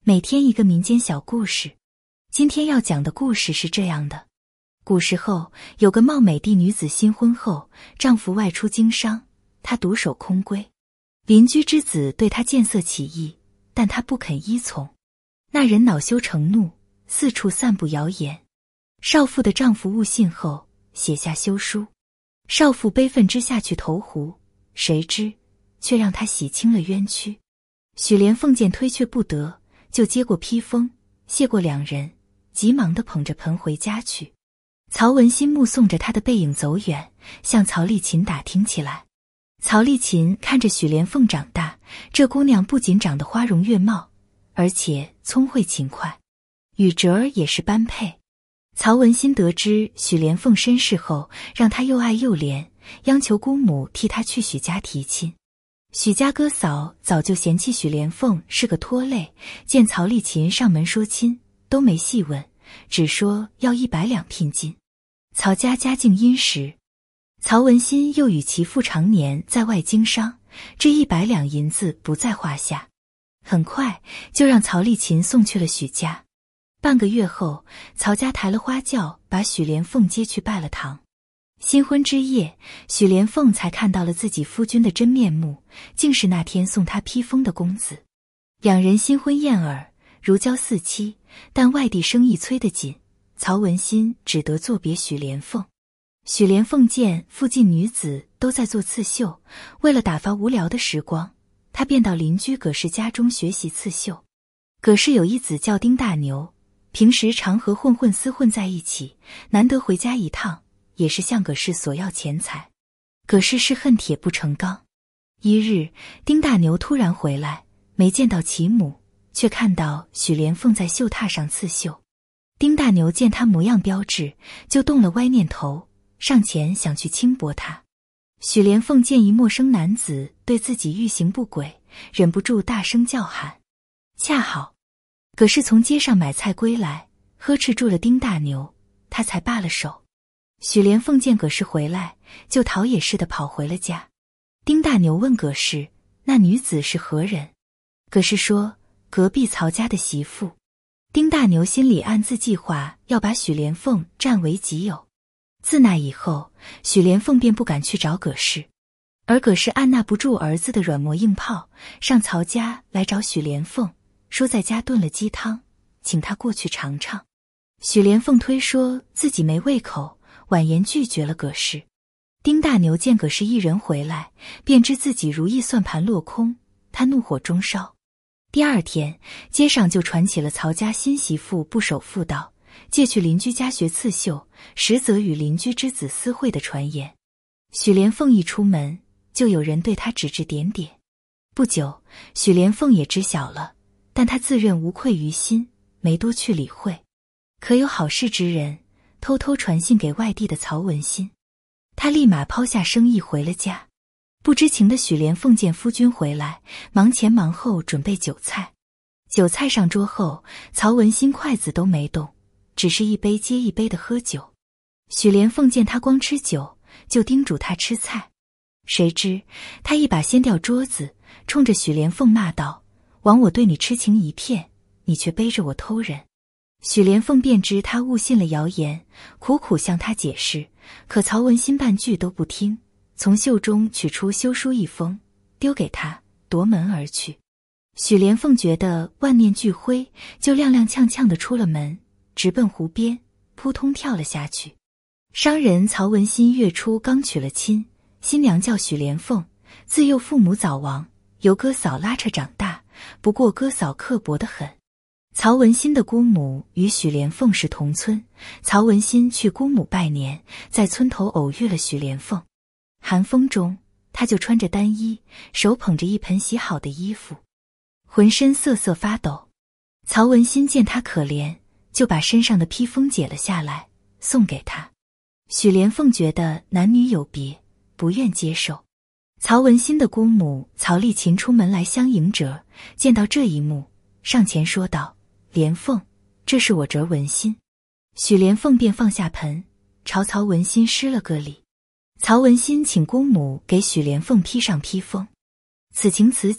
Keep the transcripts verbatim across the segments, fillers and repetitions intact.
每天一个民间小故事。今天要讲的故事是这样的：古时候有个貌美的女子，新婚后丈夫外出经商，她独守空闺。邻居之子对她见色起意，但她不肯依从。那人恼羞成怒，四处散布谣言。少妇的丈夫误信后，写下休书。少妇悲愤之下去投湖，谁知却让她洗清了冤屈。许连凤见推却不得，就接过披风，谢过两人，急忙地捧着盆回家去。曹文新目送着他的背影走远，向曹丽琴打听起来。曹丽琴看着许连凤长大，这姑娘不仅长得花容月貌，而且聪慧勤快，与哲儿也是般配。曹文新得知许连凤身世后，让他又爱又怜，央求姑母替他去许家提亲。许家哥嫂早就嫌弃许连凤是个拖累，见曹丽琴上门说亲，都没细问，只说要一百两聘金。曹家家境殷实，曹文新又与其父常年在外经商，这一百两银子不在话下，很快就让曹丽琴送去了许家。半个月后，曹家抬了花轿，把许连凤接去拜了堂。新婚之夜，许连凤才看到了自己夫君的真面目，竟是那天送她披风的公子。两人新婚燕尔，如胶似漆，但外地生意催得紧，曹文新只得作别许连凤。许连凤见附近女子都在做刺绣，为了打发无聊的时光，他便到邻居葛氏家中学习刺绣。葛氏有一子叫丁大牛，平时常和混混厮混在一起，难得回家一趟，也是向葛氏索要钱财。葛氏是恨铁不成钢。一日，丁大牛突然回来，没见到其母，却看到许连凤在绣榻上刺绣。丁大牛见他模样标致，就动了歪念头，上前想去轻薄他。许连凤见一陌生男子对自己欲行不轨，忍不住大声叫喊。恰好葛氏从街上买菜归来，呵斥住了丁大牛，他才罢了手。许连凤见葛氏回来，就逃也似的跑回了家。丁大牛问葛氏，那女子是何人？葛氏说，隔壁曹家的媳妇。丁大牛心里暗自计划要把许连凤占为己有。自那以后，许连凤便不敢去找葛氏，而葛氏按捺不住儿子的软磨硬泡，上曹家来找许连凤，说在家炖了鸡汤，请他过去尝尝。许连凤推说自己没胃口，婉言拒绝了葛氏。丁大牛见葛氏一人回来，便知自己如意算盘落空，他怒火中烧。第二天，街上就传起了曹家新媳妇不守妇道，借去邻居家学刺绣，实则与邻居之子私会的传言。许连凤一出门，就有人对他指指点点。不久，许连凤也知晓了，但他自认无愧于心，没多去理会。可有好事之人偷偷传信给外地的曹文新，他立马抛下生意回了家。不知情的许连凤见夫君回来，忙前忙后准备酒菜。酒菜上桌后，曹文新筷子都没动，只是一杯接一杯的喝酒。许连凤见他光吃酒，就叮嘱他吃菜。谁知他一把掀掉桌子，冲着许连凤骂道，枉我对你痴情一片，你却背着我偷人。许连凤便知他误信了谣言，苦苦向他解释，可曹文新半句都不听，从袖中取出休书一封，丢给他，夺门而去。许连凤觉得万念俱灰，就踉踉跄跄地出了门，直奔湖边，扑通跳了下去。商人曹文新月初刚娶了亲，新娘叫许连凤，自幼父母早亡，由哥嫂拉扯长大，不过哥嫂刻薄得很。曹文新的姑母与许连凤是同村，曹文新去姑母拜年，在村头偶遇了许连凤。寒风中，他就穿着单衣，手捧着一盆洗好的衣服，浑身瑟瑟发抖。曹文新见他可怜，就把身上的披风解了下来，送给他。许连凤觉得男女有别，不愿接受。曹文新的姑母曹丽琴出门来相迎着，见到这一幕，上前说道，连凤，这是我侄儿文新。许连凤便放下盆，朝曹文新施了个礼。曹文新请姑母给许连凤披上披风。此情此景，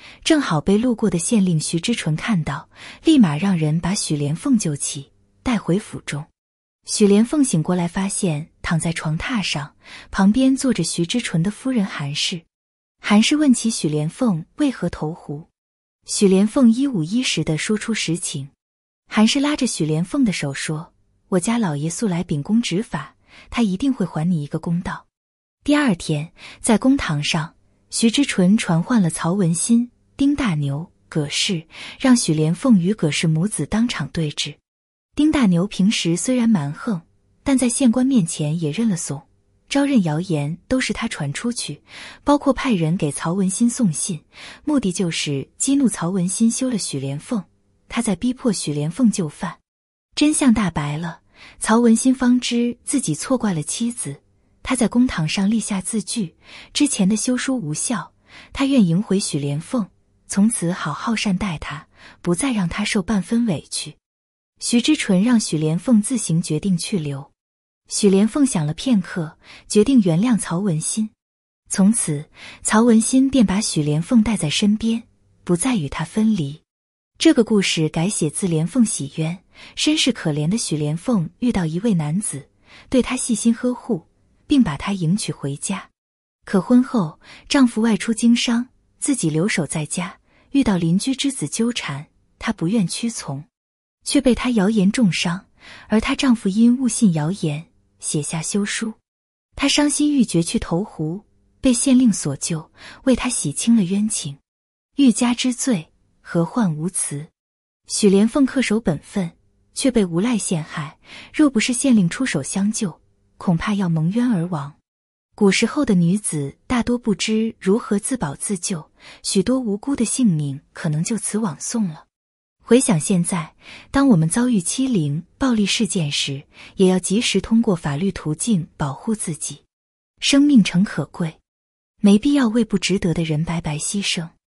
正好被路过的县令徐之纯看到，立马让人把许连凤救起，带回府中。许连凤醒过来，发现躺在床榻上，旁边坐着徐之纯的夫人韩氏。韩氏问起许连凤为何投湖，许连凤一五一十地说出实情。韩氏拉着许连凤的手说：“我家老爷素来秉公执法，他一定会还你一个公道。”第二天，在公堂上，徐之纯传唤了曹文新、丁大牛、葛氏，让许连凤与葛氏母子当场对质。丁大牛平时虽然蛮横，但在县官面前也认了怂，招认谣言都是他传出去，包括派人给曹文新送信，目的就是激怒曹文新休了许连凤，他在逼迫许连凤就范。真相大白了，曹文新方知自己错怪了妻子，他在公堂上立下字据，之前的休书无效，他愿迎回许连凤，从此好好善待他，不再让他受半分委屈。徐之纯让许连凤自行决定去留。许连凤想了片刻，决定原谅曹文新。从此，曹文新便把许连凤带在身边，不再与他分离。这个故事改写自连凤洗冤，身世可怜的许连凤遇到一位男子，对她细心呵护，并把她迎娶回家。可婚后，丈夫外出经商，自己留守在家，遇到邻居之子纠缠，她不愿屈从，却被他谣言重伤，而她丈夫因误信谣言，写下休书。她伤心欲绝去投湖，被县令所救，为她洗清了冤情。欲加之罪，何患无辞？许连凤恪守本分，却被无赖陷害，若不是县令出手相救，恐怕要蒙冤而亡。古时候的女子大多不知如何自保自救，许多无辜的性命可能就此枉送了。回想现在，当我们遭遇欺凌、暴力事件时，也要及时通过法律途径保护自己。生命诚可贵，没必要为不值得的人白白牺牲。